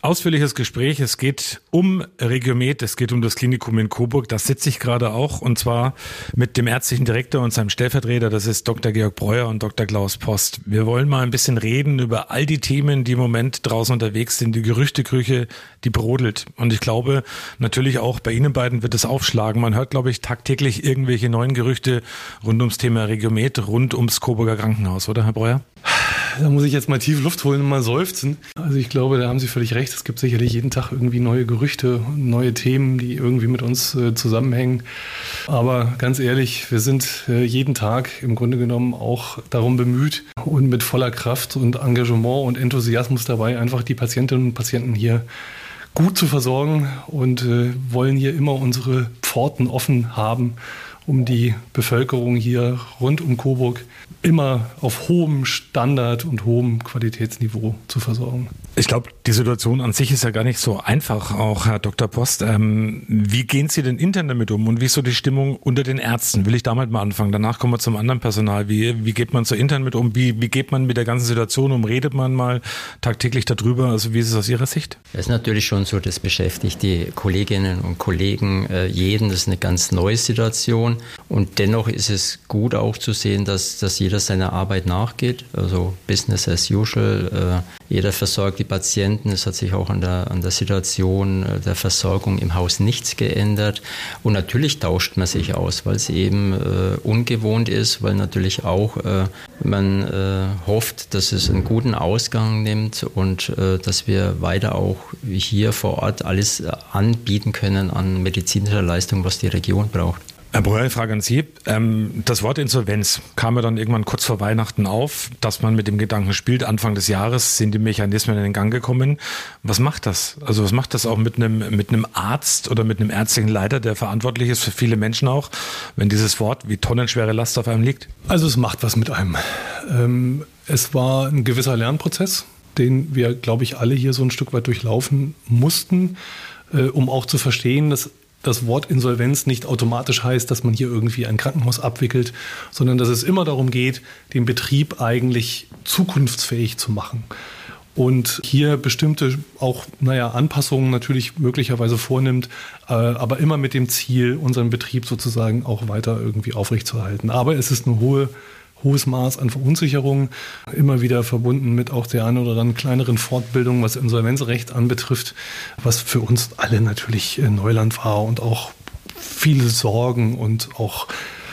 Ausführliches Gespräch. Es geht um Regiomed, es geht um das Klinikum in Coburg. Da sitze ich gerade auch, und zwar mit dem ärztlichen Direktor und seinem Stellvertreter. Das ist Dr. Georg Breuer und Dr. Klaus Post. Wir wollen mal ein bisschen reden über all die Themen, die im Moment draußen unterwegs sind. Die Gerüchteküche, die brodelt. Und ich glaube, natürlich auch bei Ihnen beiden wird es aufschlagen. Man hört, glaube ich, tagtäglich irgendwelche neuen Gerüchte rund ums Thema Regiomed, rund ums Coburger Krankenhaus, oder, Herr Breuer? Da muss ich jetzt mal tief Luft holen und mal seufzen. Also ich glaube, da haben Sie völlig recht. Es gibt sicherlich jeden Tag irgendwie neue Gerüchte, neue Themen, die irgendwie mit uns zusammenhängen. Aber ganz ehrlich, wir sind jeden Tag im Grunde genommen auch darum bemüht und mit voller Kraft und Engagement und Enthusiasmus dabei, einfach die Patientinnen und Patienten hier gut zu versorgen und wollen hier immer unsere Pforten offen haben, um die Bevölkerung hier rund um Coburg immer auf hohem Standard und hohem Qualitätsniveau zu versorgen. Ich glaube, die Situation an sich ist ja gar nicht so einfach, auch Herr Dr. Post. Wie gehen Sie denn intern damit um und wie ist so die Stimmung unter den Ärzten? Will ich damit mal anfangen? Danach kommen wir zum anderen Personal. Wie geht man so intern mit um? Wie geht man mit der ganzen Situation um? Redet man mal tagtäglich darüber? Also wie ist es aus Ihrer Sicht? Es ist natürlich schon so, das beschäftigt die Kolleginnen und Kollegen jeden. Das ist eine ganz neue Situation und dennoch ist es gut auch zu sehen, dass jeder seiner Arbeit nachgeht. Also Business as usual. Jeder versorgt die Patienten. Es hat sich auch an der Situation der Versorgung im Haus nichts geändert. Und natürlich tauscht man sich aus, weil es eben ungewohnt ist, weil natürlich auch man hofft, dass es einen guten Ausgang nimmt und dass wir weiter auch hier vor Ort alles anbieten können an medizinischer Leistung, was die Region braucht. Herr Breuer, Frage an Sie. Das Wort Insolvenz kam ja dann irgendwann kurz vor Weihnachten auf, dass man mit dem Gedanken spielt. Anfang des Jahres sind die Mechanismen in den Gang gekommen. Was macht das? Also was macht das auch mit einem Arzt oder mit einem ärztlichen Leiter, der verantwortlich ist für viele Menschen auch, wenn dieses Wort wie tonnenschwere Last auf einem liegt? Also es macht was mit einem. Es war ein gewisser Lernprozess, den wir, glaube ich, alle hier so ein Stück weit durchlaufen mussten, um auch zu verstehen, dass das Wort Insolvenz nicht automatisch heißt, dass man hier irgendwie ein Krankenhaus abwickelt, sondern dass es immer darum geht, den Betrieb eigentlich zukunftsfähig zu machen. Und hier bestimmte auch Anpassungen natürlich möglicherweise vornimmt, aber immer mit dem Ziel, unseren Betrieb sozusagen auch weiter irgendwie aufrechtzuerhalten. Aber es ist ein hohes Maß an Verunsicherung, immer wieder verbunden mit auch der einen oder anderen kleineren Fortbildung, was Insolvenzrecht anbetrifft, was für uns alle natürlich Neuland war und auch viele Sorgen und auch,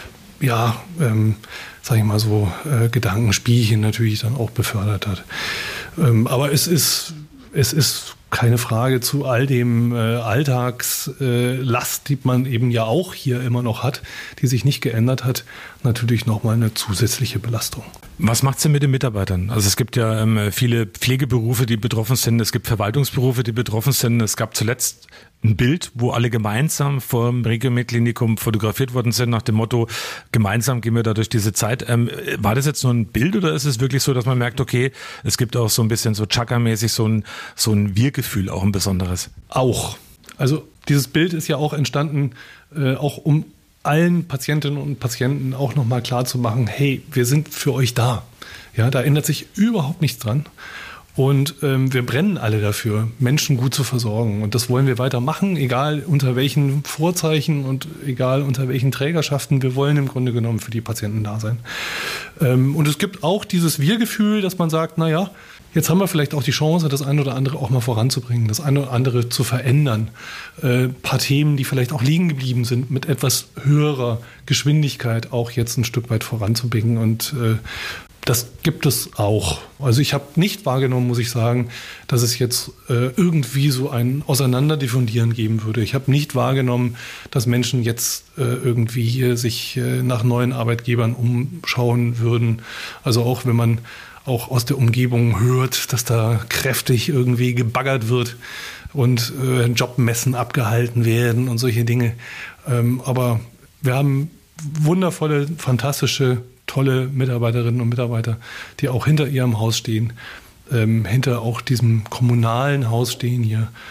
Gedankenspielchen natürlich dann auch befördert hat. Aber es ist keine Frage zu all dem Alltagslast, die man eben ja auch hier immer noch hat, die sich nicht geändert hat, natürlich nochmal eine zusätzliche Belastung. Was macht's denn mit den Mitarbeitern? Also es gibt ja viele Pflegeberufe, die betroffen sind. Es gibt Verwaltungsberufe, die betroffen sind. Es gab zuletzt ein Bild, wo alle gemeinsam vor dem Regiomed-Klinikum fotografiert worden sind, nach dem Motto, gemeinsam gehen wir da durch diese Zeit. War das jetzt nur ein Bild oder ist es wirklich so, dass man merkt, okay, es gibt auch so ein bisschen so Chaka-mäßig so ein Wir-Gefühl, auch ein besonderes? Auch. Also dieses Bild ist ja auch entstanden, auch um allen Patientinnen und Patienten auch nochmal klar zu machen, hey, wir sind für euch da. Ja, da ändert sich überhaupt nichts dran. Und wir brennen alle dafür, Menschen gut zu versorgen. Und das wollen wir weitermachen, egal unter welchen Vorzeichen und egal unter welchen Trägerschaften. Wir wollen im Grunde genommen für die Patienten da sein. Und es gibt auch dieses Wir-Gefühl, dass man sagt, jetzt haben wir vielleicht auch die Chance, das eine oder andere auch mal voranzubringen, das eine oder andere zu verändern. Paar Themen, die vielleicht auch liegen geblieben sind, mit etwas höherer Geschwindigkeit auch jetzt ein Stück weit voranzubringen. Und das gibt es auch. Also ich habe nicht wahrgenommen, muss ich sagen, dass es jetzt irgendwie so ein Auseinanderdiffundieren geben würde. Ich habe nicht wahrgenommen, dass Menschen jetzt irgendwie hier sich nach neuen Arbeitgebern umschauen würden. Also auch wenn man auch aus der Umgebung hört, dass da kräftig irgendwie gebaggert wird und Jobmessen abgehalten werden und solche Dinge. Aber wir haben wundervolle, fantastische, tolle Mitarbeiterinnen und Mitarbeiter, die auch hinter ihrem Haus stehen, hinter auch diesem kommunalen Haus stehen hier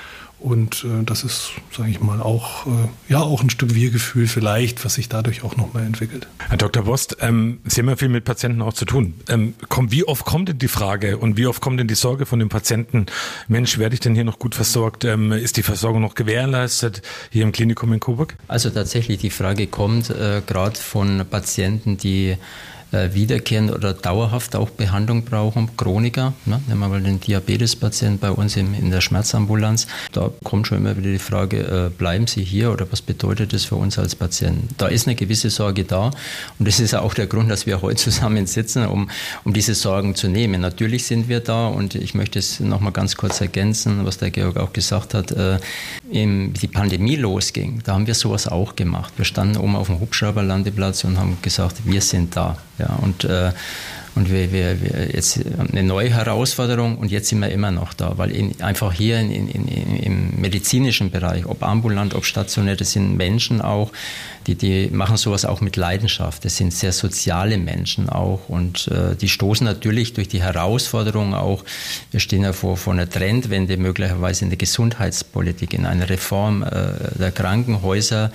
Und das ist, sage ich mal, auch ein Stück Wir-Gefühl vielleicht, was sich dadurch auch nochmal entwickelt. Herr Dr. Post, Sie haben ja viel mit Patienten auch zu tun. Wie oft kommt denn die Frage und wie oft kommt denn die Sorge von den Patienten, Mensch, werde ich denn hier noch gut versorgt? Ist die Versorgung noch gewährleistet hier im Klinikum in Coburg? Also tatsächlich, die Frage kommt gerade von Patienten, die wiederkehrend oder dauerhaft auch Behandlung brauchen, Chroniker, ne? Nehmen wir mal den Diabetespatient bei uns in der Schmerzambulanz, da kommt schon immer wieder die Frage, bleiben Sie hier oder was bedeutet das für uns als Patienten? Da ist eine gewisse Sorge da und das ist auch der Grund, dass wir heute zusammen sitzen, um diese Sorgen zu nehmen. Natürlich sind wir da und ich möchte es nochmal ganz kurz ergänzen, was der Georg auch gesagt hat, wie die Pandemie losging, da haben wir sowas auch gemacht. Wir standen oben auf dem Hubschrauberlandeplatz und haben gesagt, wir sind da. Ja, und wir jetzt eine neue Herausforderung und jetzt sind wir immer noch da, weil einfach hier im medizinischen Bereich, ob ambulant, ob stationär, das sind Menschen auch, die machen sowas auch mit Leidenschaft. Das sind sehr soziale Menschen auch und die stoßen natürlich durch die Herausforderung auch, wir stehen ja vor einer Trendwende möglicherweise in der Gesundheitspolitik, in einer Reform der Krankenhäuser,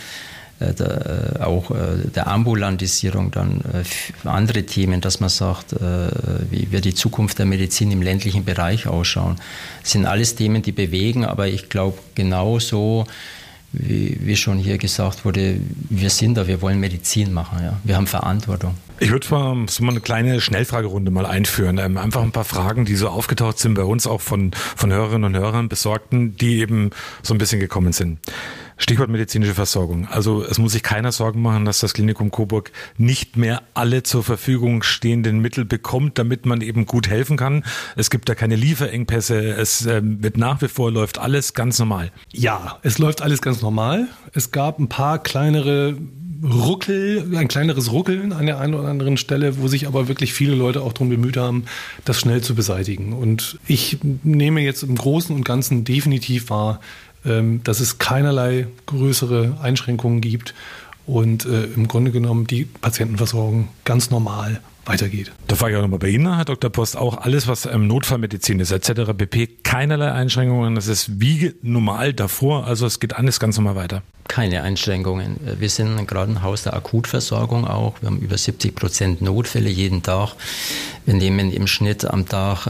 auch der Ambulantisierung, dann andere Themen, dass man sagt, wie wird die Zukunft der Medizin im ländlichen Bereich ausschauen. Das sind alles Themen, die bewegen, aber ich glaube genauso, wie schon hier gesagt wurde, wir sind da, wir wollen Medizin machen. Ja. Wir haben Verantwortung. Ich würde mal so eine kleine Schnellfragerunde mal einführen. Einfach ein paar Fragen, die so aufgetaucht sind bei uns, auch von Hörerinnen und Hörern, Besorgten, die eben so ein bisschen gekommen sind. Stichwort medizinische Versorgung. Also es muss sich keiner Sorgen machen, dass das Klinikum Coburg nicht mehr alle zur Verfügung stehenden Mittel bekommt, damit man eben gut helfen kann. Es gibt da keine Lieferengpässe. Es wird nach wie vor, läuft alles ganz normal. Ja, es läuft alles ganz normal. Es gab ein paar kleinere ein kleineres Ruckeln an der einen oder anderen Stelle, wo sich aber wirklich viele Leute auch darum bemüht haben, das schnell zu beseitigen. Und ich nehme jetzt im Großen und Ganzen definitiv wahr, dass es keinerlei größere Einschränkungen gibt und im Grunde genommen die Patientenversorgung ganz normal weitergeht. Da frage ich auch nochmal bei Ihnen, Herr Dr. Post, auch alles, was Notfallmedizin ist, etc. pp. Keinerlei Einschränkungen, das ist wie normal davor, also es geht alles ganz normal weiter. Keine Einschränkungen. Wir sind gerade ein Haus der Akutversorgung auch. Wir haben über 70% Notfälle jeden Tag. Wir nehmen im Schnitt am Tag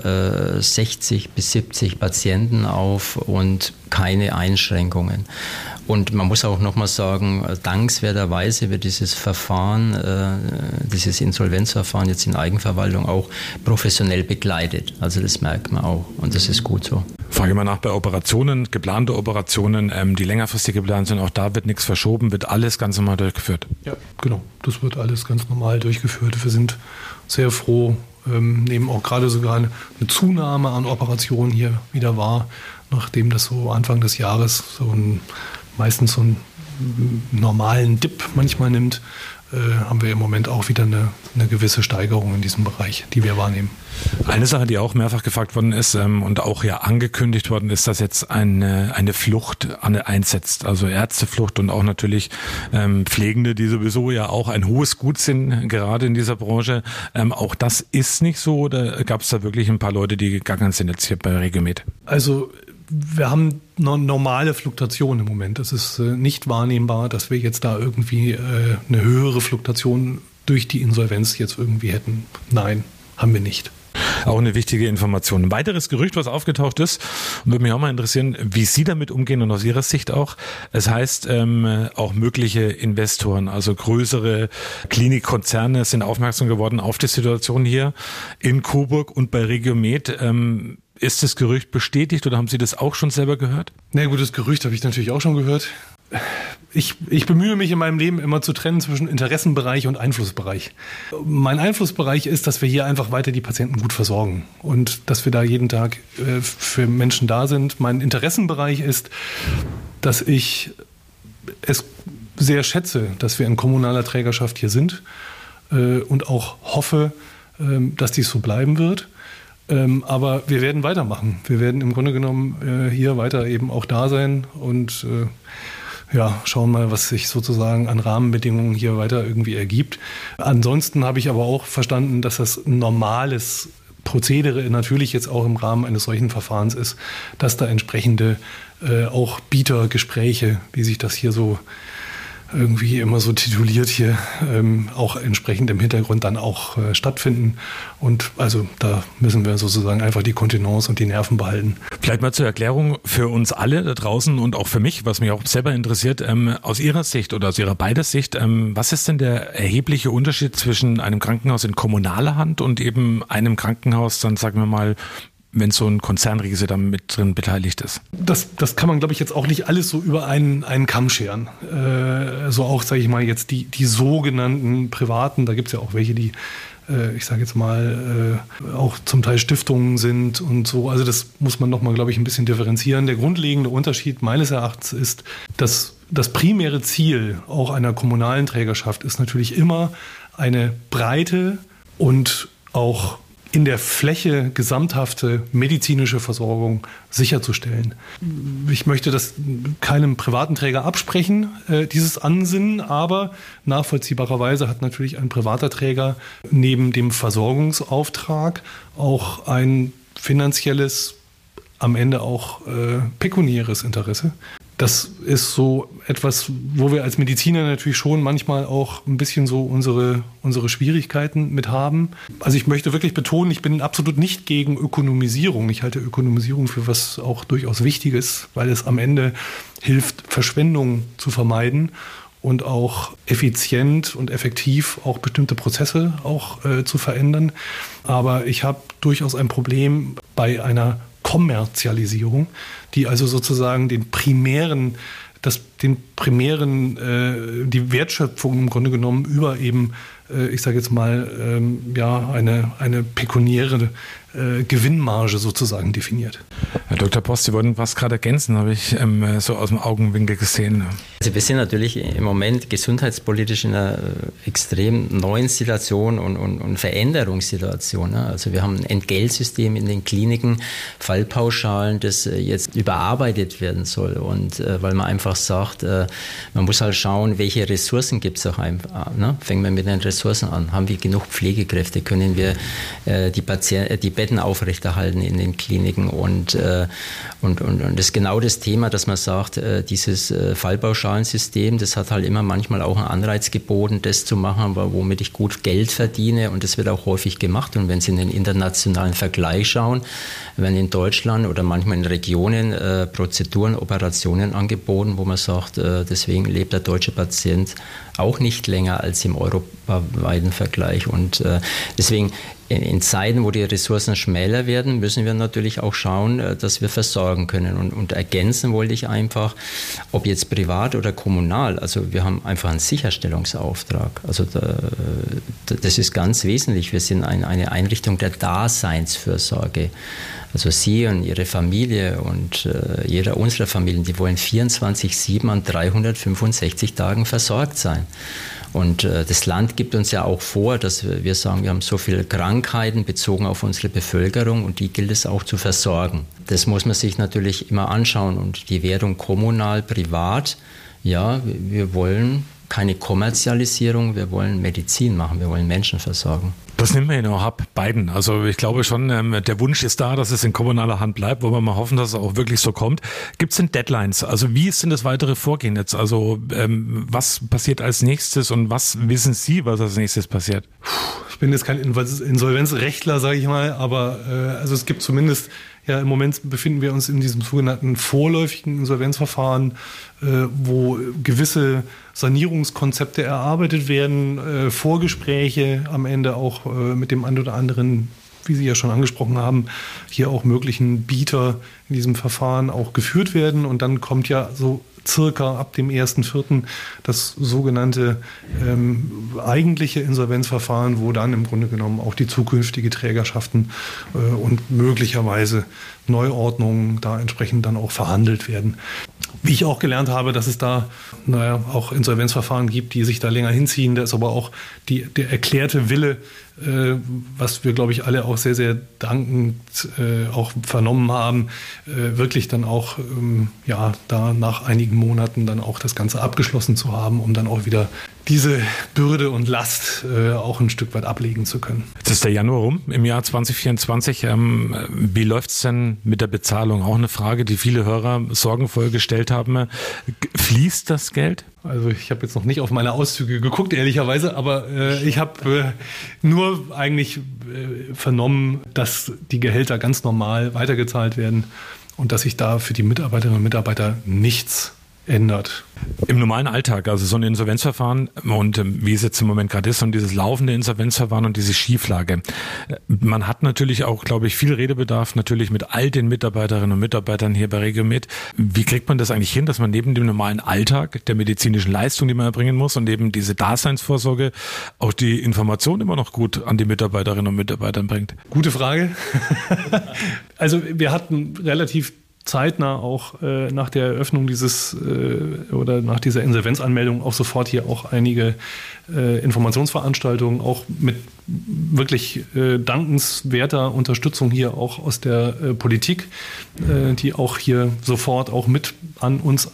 60 bis 70 Patienten auf und keine Einschränkungen. Und man muss auch nochmal sagen, dankenswerterweise wird dieses Verfahren, dieses Insolvenzverfahren jetzt in Eigenverwaltung auch professionell begleitet. Also das merkt man auch und das ist gut so. Frage mal nach bei Operationen, geplante Operationen, die längerfristig geplant sind, auch da wird nichts verschoben, wird alles ganz normal durchgeführt. Ja, genau, das wird alles ganz normal durchgeführt. Wir sind sehr froh, nehmen auch gerade sogar eine Zunahme an Operationen hier wieder wahr, nachdem das so Anfang des Jahres meistens so einen normalen Dip manchmal nimmt, haben wir im Moment auch wieder eine gewisse Steigerung in diesem Bereich, die wir wahrnehmen. Eine Sache, die auch mehrfach gefragt worden ist und auch ja angekündigt worden ist, dass jetzt eine Flucht einsetzt, also Ärzteflucht und auch natürlich Pflegende, die sowieso ja auch ein hohes Gut sind, gerade in dieser Branche. Auch das ist nicht so oder gab es da wirklich ein paar Leute, die gegangen sind jetzt hier bei Regiomed? Also wir haben eine normale Fluktuation im Moment. Es ist nicht wahrnehmbar, dass wir jetzt da irgendwie eine höhere Fluktuation durch die Insolvenz jetzt irgendwie hätten. Nein, haben wir nicht. Auch eine wichtige Information. Ein weiteres Gerücht, was aufgetaucht ist, würde mich auch mal interessieren, wie Sie damit umgehen und aus Ihrer Sicht auch. Es heißt, auch mögliche Investoren, also größere Klinikkonzerne sind aufmerksam geworden auf die Situation hier in Coburg und bei Regiomed. Ist das Gerücht bestätigt oder haben Sie das auch schon selber gehört? Na gut, das Gerücht habe ich natürlich auch schon gehört. Ich bemühe mich in meinem Leben immer zu trennen zwischen Interessenbereich und Einflussbereich. Mein Einflussbereich ist, dass wir hier einfach weiter die Patienten gut versorgen und dass wir da jeden Tag für Menschen da sind. Mein Interessenbereich ist, dass ich es sehr schätze, dass wir in kommunaler Trägerschaft hier sind und auch hoffe, dass dies so bleiben wird. Aber wir werden weitermachen. Wir werden im Grunde genommen hier weiter eben auch da sein und schauen mal, was sich sozusagen an Rahmenbedingungen hier weiter irgendwie ergibt. Ansonsten habe ich aber auch verstanden, dass das ein normales Prozedere natürlich jetzt auch im Rahmen eines solchen Verfahrens ist, dass da entsprechende auch Bietergespräche, wie sich das hier so irgendwie immer so tituliert hier, auch entsprechend im Hintergrund dann auch stattfinden. Und also da müssen wir sozusagen einfach die Kontenance und die Nerven behalten. Vielleicht mal zur Erklärung für uns alle da draußen und auch für mich, was mich auch selber interessiert, aus Ihrer Sicht oder aus Ihrer beider Sicht, was ist denn der erhebliche Unterschied zwischen einem Krankenhaus in kommunaler Hand und eben einem Krankenhaus, dann sagen wir mal, wenn so ein Konzernriese da mit drin beteiligt ist? Das kann man, glaube ich, jetzt auch nicht alles so über einen Kamm scheren. So auch, sage ich mal, jetzt die sogenannten Privaten, da gibt es ja auch welche, die, ich sage jetzt mal, auch zum Teil Stiftungen sind und so. Also das muss man nochmal, glaube ich, ein bisschen differenzieren. Der grundlegende Unterschied meines Erachtens ist, dass das primäre Ziel auch einer kommunalen Trägerschaft ist natürlich immer eine breite und auch in der Fläche gesamthafte medizinische Versorgung sicherzustellen. Ich möchte das keinem privaten Träger absprechen, dieses Ansinnen, aber nachvollziehbarerweise hat natürlich ein privater Träger neben dem Versorgungsauftrag auch ein finanzielles, am Ende auch pekuniäres Interesse. Das ist so etwas, wo wir als Mediziner natürlich schon manchmal auch ein bisschen so unsere Schwierigkeiten mit haben. Also ich möchte wirklich betonen, ich bin absolut nicht gegen Ökonomisierung. Ich halte Ökonomisierung für was auch durchaus Wichtiges, weil es am Ende hilft, Verschwendung zu vermeiden und auch effizient und effektiv auch bestimmte Prozesse auch zu verändern. Aber ich habe durchaus ein Problem bei einer Kommerzialisierung, die also sozusagen die Wertschöpfung im Grunde genommen über eben, ich sage jetzt mal, eine pekuniäre Gewinnmarge sozusagen definiert. Herr Dr. Post, Sie wollten was gerade ergänzen, habe ich so aus dem Augenwinkel gesehen. Also wir sind natürlich im Moment gesundheitspolitisch in einer extrem neuen Situation und Veränderungssituation. Also wir haben ein Entgeltsystem in den Kliniken, Fallpauschalen, das jetzt überarbeitet werden soll. Und weil man einfach sagt, man muss halt schauen, welche Ressourcen gibt es auch einfach. Fangen wir mit den Ressourcen an. Haben wir genug Pflegekräfte? Können wir die Betten aufrechterhalten in den Kliniken? Und das ist genau das Thema, dass man sagt, dieses Fallpauschalensystem, das hat halt immer manchmal auch einen Anreiz geboten, das zu machen, womit ich gut Geld verdiene, und das wird auch häufig gemacht. Und wenn Sie in den internationalen Vergleich schauen, werden in Deutschland oder manchmal in Regionen Prozeduren, Operationen angeboten, wo man sagt, deswegen lebt der deutsche Patient auch nicht länger als im europaweiten Vergleich. Und deswegen in Zeiten, wo die Ressourcen schmäler werden, müssen wir natürlich auch schauen, dass wir versorgen können. Und ergänzen wollte ich einfach, ob jetzt privat oder kommunal, also wir haben einfach einen Sicherstellungsauftrag. Also das ist ganz wesentlich. Wir sind eine Einrichtung der Daseinsfürsorge. Also Sie und Ihre Familie und jeder unserer Familien, die wollen 24/7 an 365 Tagen versorgt sein. Und das Land gibt uns ja auch vor, dass wir sagen, wir haben so viele Krankheiten bezogen auf unsere Bevölkerung und die gilt es auch zu versorgen. Das muss man sich natürlich immer anschauen. Und die Wertung kommunal, privat, ja, wir wollen keine Kommerzialisierung, wir wollen Medizin machen, wir wollen Menschen versorgen. Das nimmt man ja noch ab, beiden. Also ich glaube schon, der Wunsch ist da, dass es in kommunaler Hand bleibt, wollen wir mal hoffen, dass es auch wirklich so kommt. Gibt es denn Deadlines? Also wie ist denn das weitere Vorgehen jetzt? Also was passiert als nächstes und was wissen Sie, was als nächstes passiert? Ich bin jetzt kein Insolvenzrechtler, sage ich mal, aber also es gibt zumindest, ja, im Moment befinden wir uns in diesem sogenannten vorläufigen Insolvenzverfahren, wo gewisse Sanierungskonzepte erarbeitet werden, Vorgespräche am Ende auch mit dem einen oder anderen, wie Sie ja schon angesprochen haben, hier auch möglichen Bieter in diesem Verfahren auch geführt werden. Und dann kommt ja so circa ab dem 1.4. das sogenannte eigentliche Insolvenzverfahren, wo dann im Grunde genommen auch die zukünftige Trägerschaften und möglicherweise Neuordnungen da entsprechend dann auch verhandelt werden. Wie ich auch gelernt habe, dass es da auch Insolvenzverfahren gibt, die sich da länger hinziehen. Da ist aber auch der erklärte Wille, was wir, glaube ich, alle auch sehr, sehr dankend auch vernommen haben, wirklich dann auch da nach einigen Monaten dann auch das Ganze abgeschlossen zu haben, um dann auch wieder diese Bürde und Last auch ein Stück weit ablegen zu können. Jetzt ist der Januar rum im Jahr 2024. Wie läuft es denn mit der Bezahlung? Auch eine Frage, die viele Hörer sorgenvoll gestellt haben. Fließt das Geld? Also ich habe jetzt noch nicht auf meine Auszüge geguckt, ehrlicherweise, aber ich habe nur eigentlich vernommen, dass die Gehälter ganz normal weitergezahlt werden und dass sich da für die Mitarbeiterinnen und Mitarbeiter nichts ändert. Im normalen Alltag, also so ein Insolvenzverfahren und wie es jetzt im Moment gerade ist und dieses laufende Insolvenzverfahren und diese Schieflage. Man hat natürlich auch, glaube ich, viel Redebedarf natürlich mit all den Mitarbeiterinnen und Mitarbeitern hier bei Regiomed. Wie kriegt man das eigentlich hin, dass man neben dem normalen Alltag der medizinischen Leistung, die man erbringen muss und eben diese Daseinsvorsorge auch die Information immer noch gut an die Mitarbeiterinnen und Mitarbeiter bringt? Gute Frage. Also wir hatten relativ zeitnah auch nach der Eröffnung oder nach dieser Insolvenzanmeldung auch sofort hier auch einige Informationsveranstaltungen, auch mit wirklich dankenswerter Unterstützung hier auch aus der Politik, die auch hier sofort auch mit an uns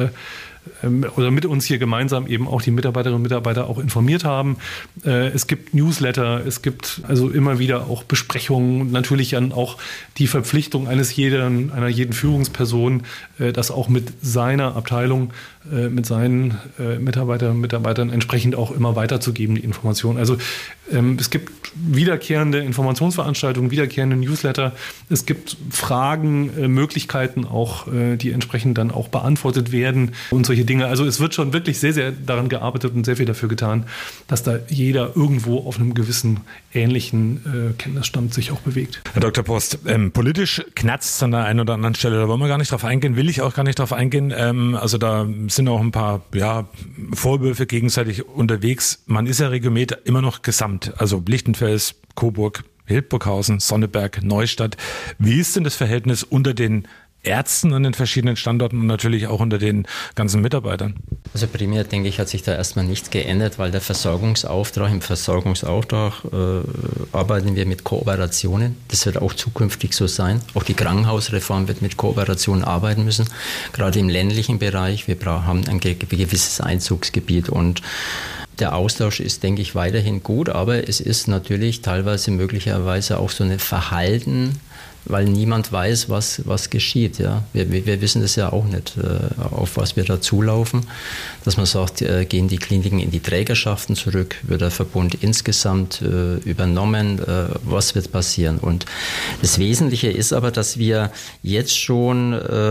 oder mit uns hier gemeinsam eben auch die Mitarbeiterinnen und Mitarbeiter auch informiert haben. Es gibt Newsletter, es gibt also immer wieder auch Besprechungen, natürlich dann auch die Verpflichtung einer jeden Führungsperson, das auch mit seiner Abteilung, mit seinen Mitarbeiterinnen und Mitarbeitern entsprechend auch immer weiterzugeben, die Informationen. Also es gibt wiederkehrende Informationsveranstaltungen, wiederkehrende Newsletter. Es gibt Fragen, Möglichkeiten auch, die entsprechend dann auch beantwortet werden und solche Dinge. Also es wird schon wirklich sehr, sehr daran gearbeitet und sehr viel dafür getan, dass da jeder irgendwo auf einem gewissen ähnlichen Kenntnisstand sich auch bewegt. Herr Dr. Post, politisch knarzt es an der einen oder anderen Stelle. Da wollen wir gar nicht drauf eingehen, will ich auch gar nicht drauf eingehen. Also da sind auch ein paar Vorwürfe gegenseitig unterwegs. Man ist ja Regiomed immer noch gesamt. Also Lichtenfels, Coburg, Hildburghausen, Sonneberg, Neustadt. Wie ist denn das Verhältnis unter den Ärzten an den verschiedenen Standorten und natürlich auch unter den ganzen Mitarbeitern? Also primär, denke ich, hat sich da erstmal nichts geändert, weil im Versorgungsauftrag arbeiten wir mit Kooperationen. Das wird auch zukünftig so sein. Auch die Krankenhausreform wird mit Kooperationen arbeiten müssen. Gerade im ländlichen Bereich. Wir haben ein gewisses Einzugsgebiet und der Austausch ist, denke ich, weiterhin gut, aber es ist natürlich teilweise möglicherweise auch so ein Verhalten, weil niemand weiß, was geschieht. Ja. Wir wissen das ja auch nicht, auf was wir da zulaufen. Dass man sagt, gehen die Kliniken in die Trägerschaften zurück, wird der Verbund insgesamt übernommen, was wird passieren? Und das Wesentliche ist aber, dass wir jetzt schon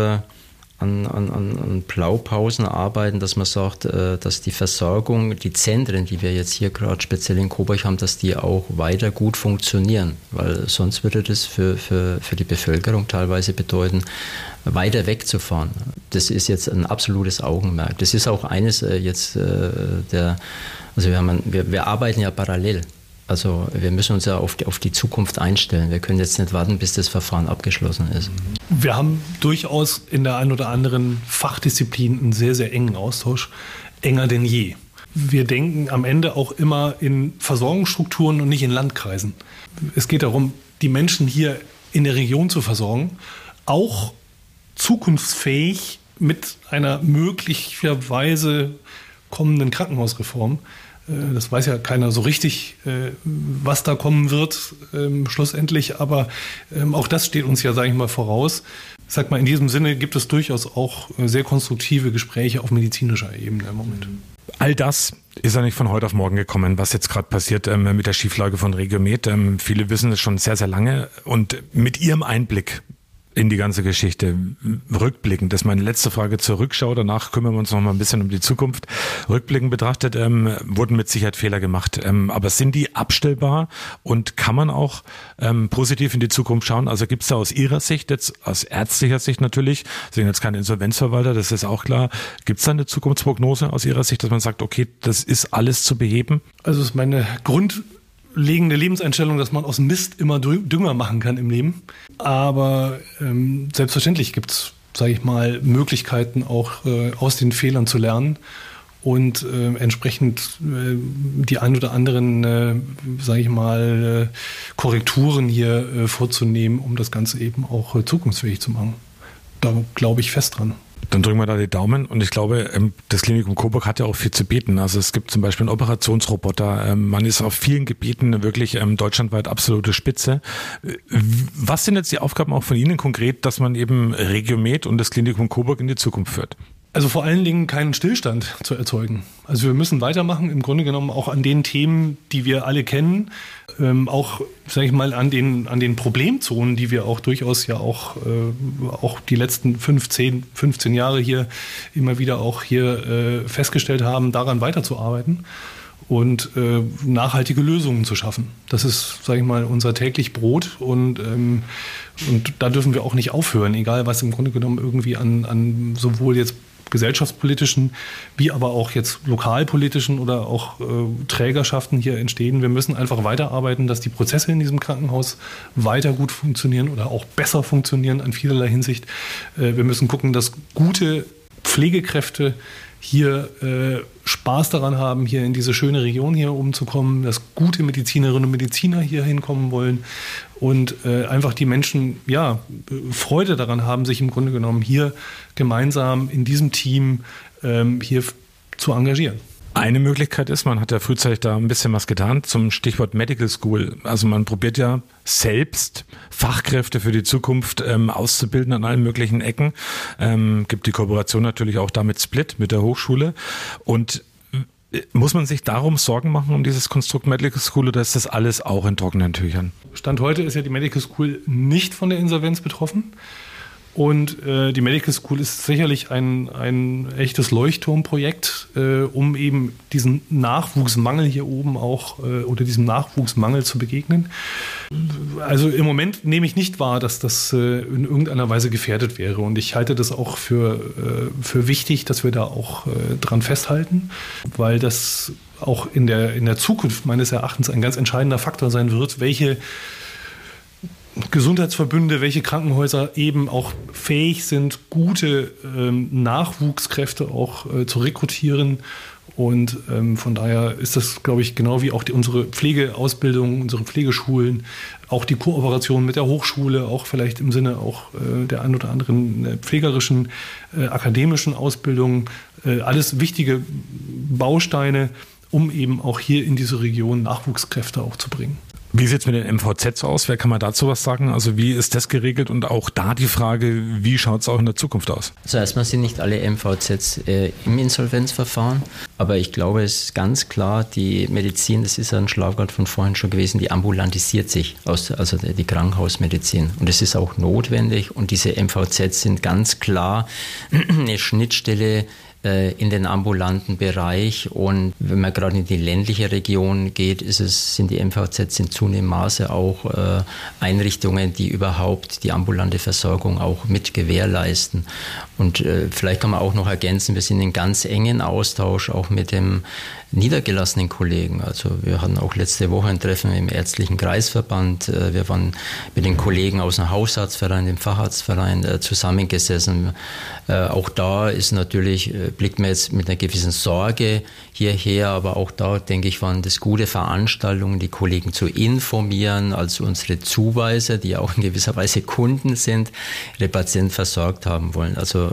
an Blaupausen arbeiten, dass man sagt, dass die Versorgung, die Zentren, die wir jetzt hier gerade speziell in Coburg haben, dass die auch weiter gut funktionieren, weil sonst würde das für die Bevölkerung teilweise bedeuten, weiter wegzufahren. Das ist jetzt ein absolutes Augenmerk. Das ist auch eines wir arbeiten ja parallel. Also wir müssen uns ja auf die Zukunft einstellen. Wir können jetzt nicht warten, bis das Verfahren abgeschlossen ist. Wir haben durchaus in der einen oder anderen Fachdisziplin einen sehr, sehr engen Austausch, enger denn je. Wir denken am Ende auch immer in Versorgungsstrukturen und nicht in Landkreisen. Es geht darum, die Menschen hier in der Region zu versorgen, auch zukunftsfähig mit einer möglicherweise kommenden Krankenhausreform. Das weiß ja keiner so richtig, was da kommen wird schlussendlich, aber auch das steht uns ja, sage ich mal, voraus. Ich sag mal, in diesem Sinne gibt es durchaus auch sehr konstruktive Gespräche auf medizinischer Ebene im Moment. All das ist ja nicht von heute auf morgen gekommen, was jetzt gerade passiert mit der Schieflage von Regiomed. Viele wissen es schon sehr, sehr lange und mit ihrem Einblick in die ganze Geschichte, rückblickend, das ist meine letzte Frage zur Rückschau, danach kümmern wir uns noch mal ein bisschen um die Zukunft. Rückblickend betrachtet wurden mit Sicherheit Fehler gemacht, aber sind die abstellbar und kann man auch positiv in die Zukunft schauen? Also gibt es da aus Ihrer Sicht, jetzt aus ärztlicher Sicht natürlich, Sie sind jetzt kein Insolvenzverwalter, das ist auch klar, gibt es da eine Zukunftsprognose aus Ihrer Sicht, dass man sagt, okay, das ist alles zu beheben? Also das ist meine grundlegende Lebenseinstellung, dass man aus Mist immer Dünger machen kann im Leben. Aber selbstverständlich gibt es, sage ich mal, Möglichkeiten auch aus den Fehlern zu lernen und entsprechend die ein oder anderen, sage ich mal, Korrekturen hier vorzunehmen, um das Ganze eben auch zukunftsfähig zu machen. Da glaube ich fest dran. Dann drücken wir da die Daumen und ich glaube, das Klinikum Coburg hat ja auch viel zu bieten. Also es gibt zum Beispiel einen Operationsroboter. Man ist auf vielen Gebieten wirklich deutschlandweit absolute Spitze. Was sind jetzt die Aufgaben auch von Ihnen konkret, dass man eben Regiomed und das Klinikum Coburg in die Zukunft führt? Also vor allen Dingen keinen Stillstand zu erzeugen. Also wir müssen weitermachen, im Grunde genommen auch an den Themen, die wir alle kennen, auch, sage ich mal, an den Problemzonen, die wir auch durchaus ja auch die letzten 15 Jahre hier immer wieder auch hier festgestellt haben, daran weiterzuarbeiten und nachhaltige Lösungen zu schaffen. Das ist, sage ich mal, unser täglich Brot und da dürfen wir auch nicht aufhören, egal was im Grunde genommen irgendwie an sowohl jetzt gesellschaftspolitischen, wie aber auch jetzt lokalpolitischen oder auch Trägerschaften hier entstehen. Wir müssen einfach weiterarbeiten, dass die Prozesse in diesem Krankenhaus weiter gut funktionieren oder auch besser funktionieren in vielerlei Hinsicht. Wir müssen gucken, dass gute Pflegekräfte hier Spaß daran haben, hier in diese schöne Region hier oben zu kommen, dass gute Medizinerinnen und Mediziner hier hinkommen wollen und einfach die Menschen Freude daran haben, sich im Grunde genommen hier gemeinsam in diesem Team hier zu engagieren. Eine Möglichkeit ist, man hat ja frühzeitig da ein bisschen was getan zum Stichwort Medical School. Also man probiert ja selbst Fachkräfte für die Zukunft auszubilden an allen möglichen Ecken. Gibt die Kooperation natürlich auch da mit Split, mit der Hochschule. Und muss man sich darum Sorgen machen um dieses Konstrukt Medical School oder ist das alles auch in trockenen Tüchern? Stand heute ist ja die Medical School nicht von der Insolvenz betroffen. Und die Medical School ist sicherlich ein echtes Leuchtturmprojekt, um eben diesen Nachwuchsmangel hier oben auch oder diesem Nachwuchsmangel zu begegnen. Also im Moment nehme ich nicht wahr, dass das in irgendeiner Weise gefährdet wäre. Und ich halte das auch für wichtig, dass wir da auch dran festhalten, weil das auch in der Zukunft meines Erachtens ein ganz entscheidender Faktor sein wird, welche Gesundheitsverbünde, welche Krankenhäuser eben auch fähig sind, gute Nachwuchskräfte auch zu rekrutieren. Und von daher ist das, glaube ich, genau wie auch unsere Pflegeausbildung, unsere Pflegeschulen, auch die Kooperation mit der Hochschule, auch vielleicht im Sinne auch der ein oder anderen pflegerischen, akademischen Ausbildung, alles wichtige Bausteine, um eben auch hier in diese Region Nachwuchskräfte auch zu bringen. Wie sieht es mit den MVZs aus? Wer kann man dazu was sagen? Also wie ist das geregelt? Und auch da die Frage, wie schaut es auch in der Zukunft aus? Also erstmal sind nicht alle MVZs im Insolvenzverfahren, aber ich glaube, es ist ganz klar, die Medizin, das ist ja ein Schlagwort von vorhin schon gewesen, die ambulantisiert sich, also die Krankenhausmedizin. Und es ist auch notwendig und diese MVZs sind ganz klar eine Schnittstelle in den ambulanten Bereich. Und wenn man gerade in die ländliche Region geht, sind die MVZs in zunehmendem Maße auch Einrichtungen, die überhaupt die ambulante Versorgung auch mit gewährleisten. Und vielleicht kann man auch noch ergänzen, wir sind in ganz engen Austausch auch mit dem niedergelassenen Kollegen. Also wir hatten auch letzte Woche ein Treffen im Ärztlichen Kreisverband. Wir waren mit den Kollegen aus dem Hausarztverein, dem Facharztverein zusammengesessen. Auch da ist natürlich, blickt man jetzt mit einer gewissen Sorge hierher, aber auch da, denke ich, waren das gute Veranstaltungen, die Kollegen zu informieren, als unsere Zuweiser, die auch in gewisser Weise Kunden sind, ihre Patienten versorgt haben wollen. Also,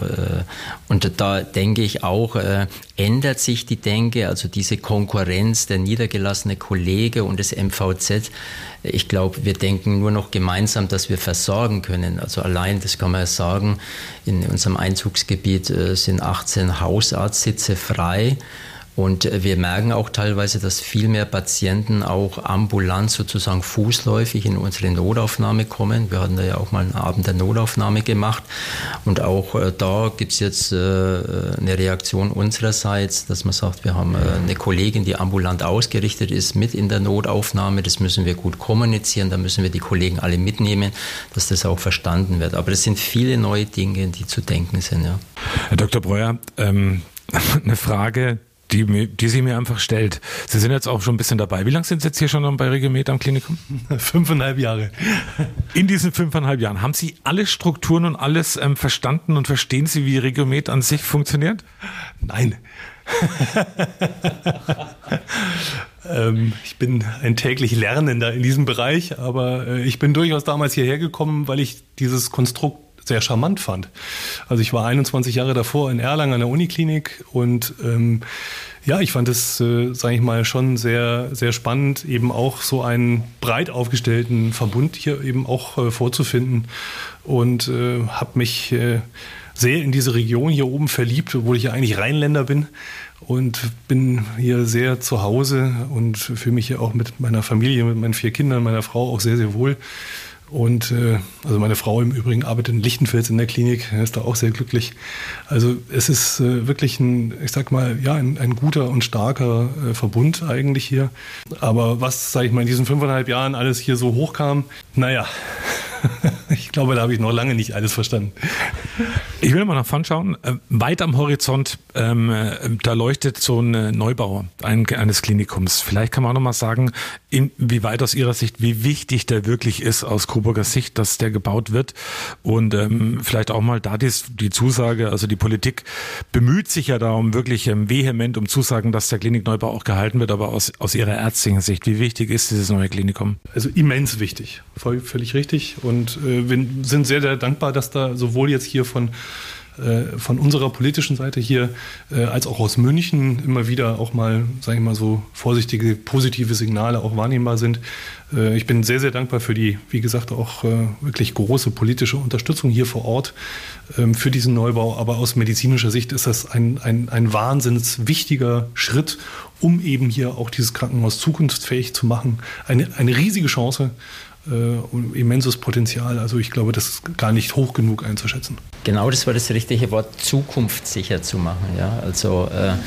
und da denke ich auch, ändert sich die Denke, also diese Konkurrenz, der niedergelassene Kollege und das MVZ. Ich glaube, wir denken nur noch gemeinsam, dass wir versorgen können. Also allein, das kann man ja sagen, in unserem Einzugsgebiet sind 18 Hausarztsitze frei. Und wir merken auch teilweise, dass viel mehr Patienten auch ambulant sozusagen fußläufig in unsere Notaufnahme kommen. Wir hatten da ja auch mal einen Abend der Notaufnahme gemacht. Und auch da gibt es jetzt eine Reaktion unsererseits, dass man sagt, wir haben eine Kollegin, die ambulant ausgerichtet ist, mit in der Notaufnahme. Das müssen wir gut kommunizieren, da müssen wir die Kollegen alle mitnehmen, dass das auch verstanden wird. Aber das sind viele neue Dinge, die zu denken sind. Ja. Herr Dr. Breuer, eine Frage, die sie mir einfach stellt. Sie sind jetzt auch schon ein bisschen dabei. Wie lange sind Sie jetzt hier schon bei Regiomed am Klinikum? 5,5 Jahre. In diesen 5,5 Jahren, haben Sie alle Strukturen und alles verstanden und verstehen Sie, wie Regiomed an sich funktioniert? Nein. Ich bin ein täglich Lernender in diesem Bereich, aber ich bin durchaus damals hierher gekommen, weil ich dieses Konstrukt sehr charmant fand. Also ich war 21 Jahre davor in Erlangen an der Uniklinik und ich fand es, sage ich mal, schon sehr, sehr spannend, eben auch so einen breit aufgestellten Verbund hier eben auch vorzufinden und habe mich sehr in diese Region hier oben verliebt, obwohl ich ja eigentlich Rheinländer bin und bin hier sehr zu Hause und fühle mich hier auch mit meiner Familie, mit meinen 4 Kindern, meiner Frau auch sehr, sehr wohl. Und also meine Frau im Übrigen arbeitet in Lichtenfels in der Klinik, ist da auch sehr glücklich. Also es ist wirklich ein guter und starker Verbund eigentlich hier. Aber was, sage ich mal, in diesen 5,5 Jahren alles hier so hochkam, ich glaube, da habe ich noch lange nicht alles verstanden. Ich will mal nach vorn schauen. Weit am Horizont, da leuchtet so ein Neubau eines Klinikums. Vielleicht kann man auch noch mal sagen, inwieweit aus Ihrer Sicht, wie wichtig der wirklich ist aus Coburger Sicht, dass der gebaut wird. Und vielleicht auch mal da die Zusage, also die Politik bemüht sich ja darum, wirklich vehement um Zusagen, dass der Klinikneubau auch gehalten wird. Aber aus Ihrer ärztlichen Sicht, wie wichtig ist dieses neue Klinikum? Also immens wichtig, völlig richtig. Und wir sind sehr, sehr dankbar, dass da sowohl jetzt hier von unserer politischen Seite hier als auch aus München immer wieder auch mal, sage ich mal so, vorsichtige, positive Signale auch wahrnehmbar sind. Ich bin sehr, sehr dankbar für die, wie gesagt, auch wirklich große politische Unterstützung hier vor Ort für diesen Neubau. Aber aus medizinischer Sicht ist das ein wahnsinnig wichtiger Schritt, um eben hier auch dieses Krankenhaus zukunftsfähig zu machen. Eine riesige Chance. Immenses Potenzial. Also ich glaube, das ist gar nicht hoch genug einzuschätzen. Genau, das war das richtige Wort, zukunftssicher zu machen. Ja? Also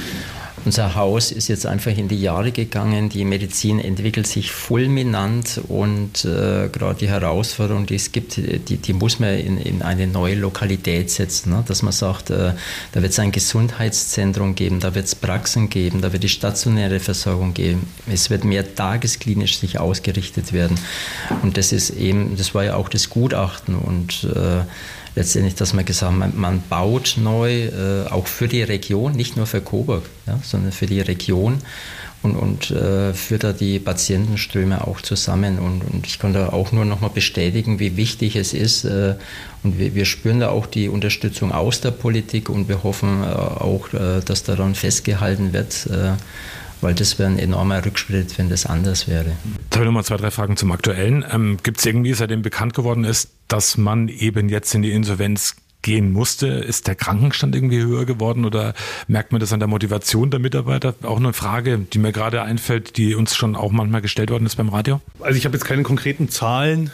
unser Haus ist jetzt einfach in die Jahre gegangen, die Medizin entwickelt sich fulminant und gerade die Herausforderung, die es gibt, die muss man in eine neue Lokalität setzen. Ne? Dass man sagt, da wird es ein Gesundheitszentrum geben, da wird es Praxen geben, da wird die stationäre Versorgung geben, es wird mehr tagesklinisch sich ausgerichtet werden. Und das war ja auch das Gutachten und letztendlich, dass man gesagt hat, man baut neu, auch für die Region, nicht nur für Coburg, ja, sondern für die Region und führt da die Patientenströme auch zusammen. Und ich kann da auch nur noch mal bestätigen, wie wichtig es ist. Und wir spüren da auch die Unterstützung aus der Politik und wir hoffen auch, dass daran festgehalten wird, weil das wäre ein enormer Rückschritt, wenn das anders wäre. Jetzt habe ich nochmal 2, 3 Fragen zum Aktuellen. Gibt es irgendwie, seitdem bekannt geworden ist, dass man eben jetzt in die Insolvenz gehen musste? Ist der Krankenstand irgendwie höher geworden oder merkt man das an der Motivation der Mitarbeiter? Auch eine Frage, die mir gerade einfällt, die uns schon auch manchmal gestellt worden ist beim Radio. Also ich habe jetzt keine konkreten Zahlen.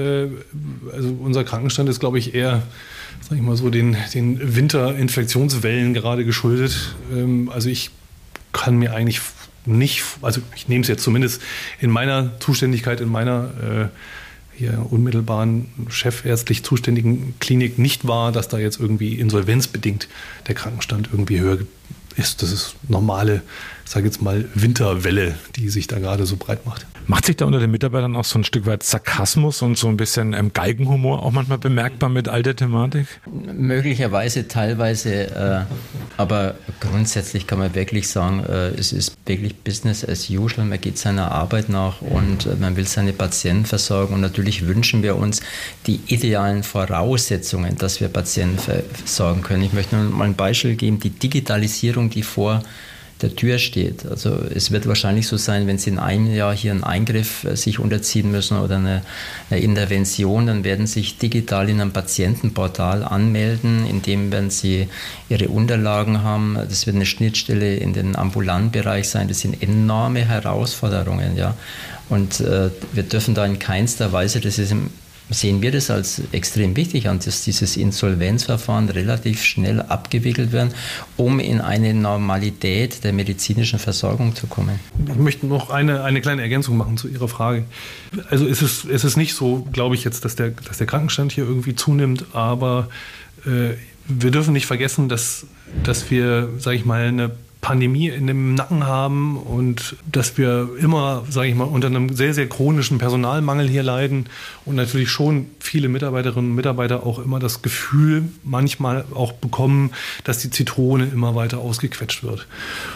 Also unser Krankenstand ist, glaube ich, eher, sag ich mal so, den Winterinfektionswellen gerade geschuldet. Also ich kann mir eigentlich nicht, also ich nehme es jetzt zumindest in meiner Zuständigkeit, in meiner hier unmittelbaren chefärztlich zuständigen Klinik nicht wahr, dass da jetzt irgendwie insolvenzbedingt der Krankenstand irgendwie höher ist. Das ist normale, ich sage jetzt mal, Winterwelle, die sich da gerade so breit macht. Macht sich da unter den Mitarbeitern auch so ein Stück weit Sarkasmus und so ein bisschen Geigenhumor auch manchmal bemerkbar mit all der Thematik? Möglicherweise, teilweise, aber grundsätzlich kann man wirklich sagen, es ist wirklich Business as usual, man geht seiner Arbeit nach und man will seine Patienten versorgen und natürlich wünschen wir uns die idealen Voraussetzungen, dass wir Patienten versorgen können. Ich möchte nur mal ein Beispiel geben, die Digitalisierung, die vor der Tür steht. Also es wird wahrscheinlich so sein, wenn Sie in einem Jahr hier einen Eingriff sich unterziehen müssen oder eine Intervention, dann werden Sie sich digital in einem Patientenportal anmelden, in dem werden Sie Ihre Unterlagen haben. Das wird eine Schnittstelle in den ambulanten Bereich sein. Das sind enorme Herausforderungen. Ja. Und wir dürfen da in keinster Weise, sehen wir das als extrem wichtig an, dass dieses Insolvenzverfahren relativ schnell abgewickelt werden, um in eine Normalität der medizinischen Versorgung zu kommen. Ich möchte noch eine kleine Ergänzung machen zu Ihrer Frage. Also es ist nicht so, glaube ich jetzt, dass der Krankenstand hier irgendwie zunimmt, aber wir dürfen nicht vergessen, dass wir, sage ich mal, eine Pandemie in dem Nacken haben und dass wir immer, sage ich mal, unter einem sehr, sehr chronischen Personalmangel hier leiden und natürlich schon viele Mitarbeiterinnen und Mitarbeiter auch immer das Gefühl manchmal auch bekommen, dass die Zitrone immer weiter ausgequetscht wird.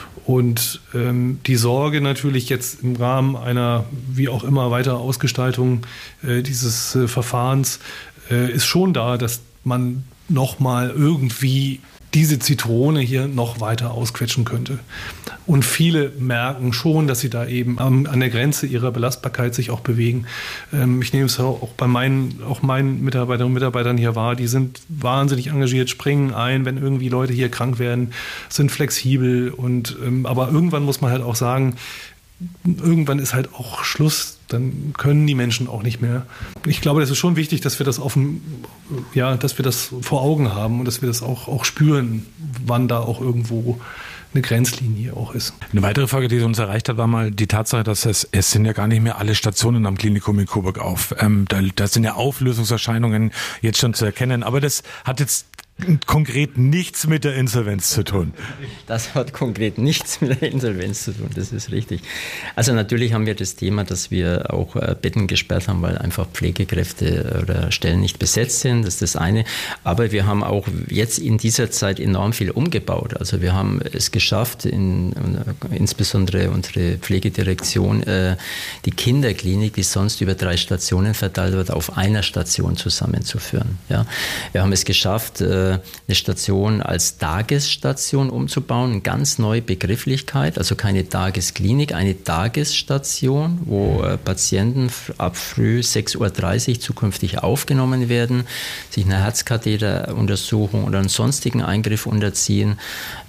Und die Sorge natürlich jetzt im Rahmen einer wie auch immer weiter Ausgestaltung dieses Verfahrens ist schon da, dass man nochmal irgendwie diese Zitrone hier noch weiter ausquetschen könnte. Und viele merken schon, dass sie da eben an der Grenze ihrer Belastbarkeit sich auch bewegen. Ich nehme es auch bei meinen Mitarbeiterinnen und Mitarbeitern hier wahr, die sind wahnsinnig engagiert, springen ein, wenn irgendwie Leute hier krank werden, sind flexibel aber irgendwann muss man halt auch sagen, irgendwann ist halt auch Schluss, dann können die Menschen auch nicht mehr. Ich glaube, das ist schon wichtig, dass wir das dass wir das vor Augen haben und dass wir das auch spüren, wann da auch irgendwo eine Grenzlinie auch ist. Eine weitere Frage, die uns erreicht hat, war mal die Tatsache, dass es sind ja gar nicht mehr alle Stationen am Klinikum in Coburg auf. Da sind ja Auflösungserscheinungen jetzt schon zu erkennen, aber das hat jetzt konkret nichts mit der Insolvenz zu tun. Das hat konkret nichts mit der Insolvenz zu tun, das ist richtig. Also natürlich haben wir das Thema, dass wir auch Betten gesperrt haben, weil einfach Pflegekräfte oder Stellen nicht besetzt sind, das ist das eine. Aber wir haben auch jetzt in dieser Zeit enorm viel umgebaut. Also wir haben es geschafft, insbesondere unsere Pflegedirektion, die Kinderklinik, die sonst über 3 Stationen verteilt wird, auf einer Station zusammenzuführen. Ja. Wir haben es geschafft, eine Station als Tagesstation umzubauen, eine ganz neue Begrifflichkeit, also keine Tagesklinik, eine Tagesstation, wo Patienten ab früh 6.30 Uhr zukünftig aufgenommen werden, sich einer Herzkatheteruntersuchung oder einen sonstigen Eingriff unterziehen,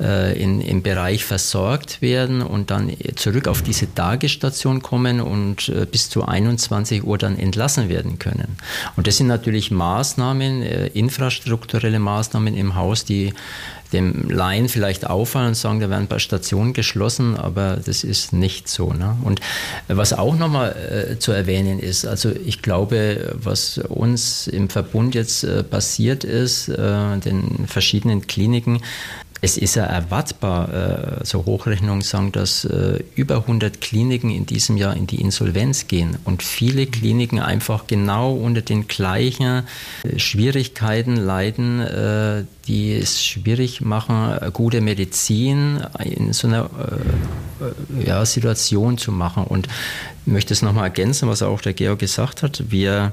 im Bereich versorgt werden und dann zurück auf diese Tagesstation kommen und bis zu 21 Uhr dann entlassen werden können. Und das sind natürlich Maßnahmen, infrastrukturelle Maßnahmen im Haus, die dem Laien vielleicht auffallen und sagen, da werden ein paar Stationen geschlossen, aber das ist nicht so. Ne? Und was auch nochmal zu erwähnen ist, also ich glaube, was uns im Verbund jetzt passiert ist, den verschiedenen Kliniken, es ist ja erwartbar, so Hochrechnungen sagen, dass über 100 Kliniken in diesem Jahr in die Insolvenz gehen und viele Kliniken einfach genau unter den gleichen Schwierigkeiten leiden, die es schwierig machen, gute Medizin in so einer Situation zu machen. Und ich möchte es nochmal ergänzen, was auch der Georg gesagt hat. Wir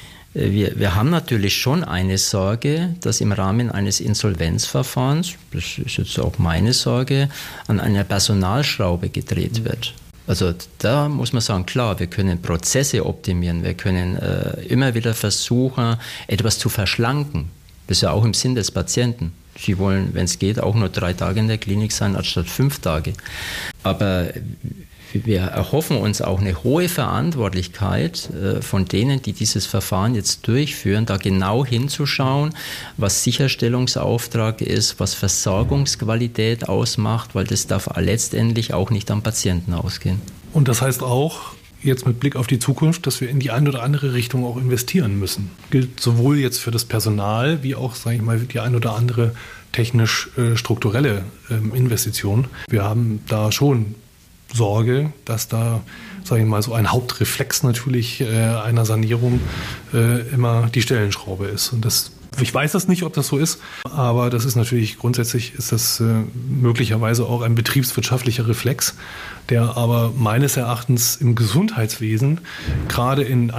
haben natürlich schon eine Sorge, dass im Rahmen eines Insolvenzverfahrens, das ist jetzt auch meine Sorge, an einer Personalschraube gedreht wird. Also da muss man sagen, klar, wir können Prozesse optimieren, wir können immer wieder versuchen, etwas zu verschlanken. Das ist ja auch im Sinn des Patienten. Sie wollen, wenn es geht, auch nur 3 Tage in der Klinik sein, anstatt 5 Tage. Aber wir erhoffen uns auch eine hohe Verantwortlichkeit von denen, die dieses Verfahren jetzt durchführen, da genau hinzuschauen, was Sicherstellungsauftrag ist, was Versorgungsqualität ausmacht, weil das darf letztendlich auch nicht am Patienten ausgehen. Und das heißt auch, jetzt mit Blick auf die Zukunft, dass wir in die eine oder andere Richtung auch investieren müssen. Gilt sowohl jetzt für das Personal, wie auch, sage ich mal, die eine oder andere technisch-strukturelle Investition. Wir haben da schon Sorge, dass da, sage ich mal, so ein Hauptreflex natürlich einer Sanierung immer die Stellenschraube ist. Und ich weiß das nicht, ob das so ist, aber das ist natürlich grundsätzlich ist das möglicherweise auch ein betriebswirtschaftlicher Reflex, der aber meines Erachtens im Gesundheitswesen gerade in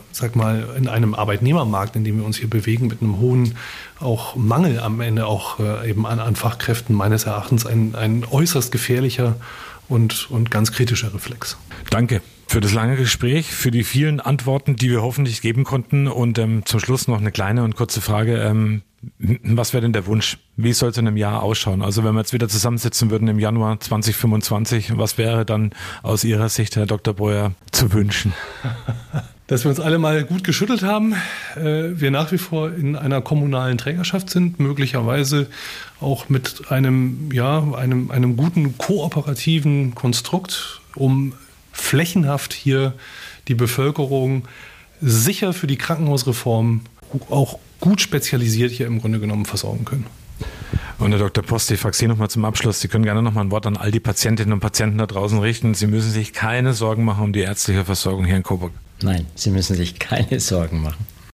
in einem Arbeitnehmermarkt, in dem wir uns hier bewegen, mit einem hohen auch Mangel am Ende auch eben an Fachkräften meines Erachtens ein äußerst gefährlicher und ganz kritischer Reflex. Danke für das lange Gespräch, für die vielen Antworten, die wir hoffentlich geben konnten. Und zum Schluss noch eine kleine und kurze Frage. Was wäre denn der Wunsch? Wie soll es in einem Jahr ausschauen? Also wenn wir jetzt wieder zusammensitzen würden im Januar 2025, was wäre dann aus Ihrer Sicht, Herr Dr. Breuer, zu wünschen? Dass wir uns alle mal gut geschüttelt haben, wir nach wie vor in einer kommunalen Trägerschaft sind, möglicherweise auch mit einem guten kooperativen Konstrukt, um flächenhaft hier die Bevölkerung sicher für die Krankenhausreform auch gut spezialisiert hier im Grunde genommen versorgen können. Und Herr Dr. Post, ich frage Sie nochmal zum Abschluss. Sie können gerne nochmal ein Wort an all die Patientinnen und Patienten da draußen richten. Sie müssen sich keine Sorgen machen um die ärztliche Versorgung hier in Coburg. Nein, Sie müssen sich keine Sorgen machen.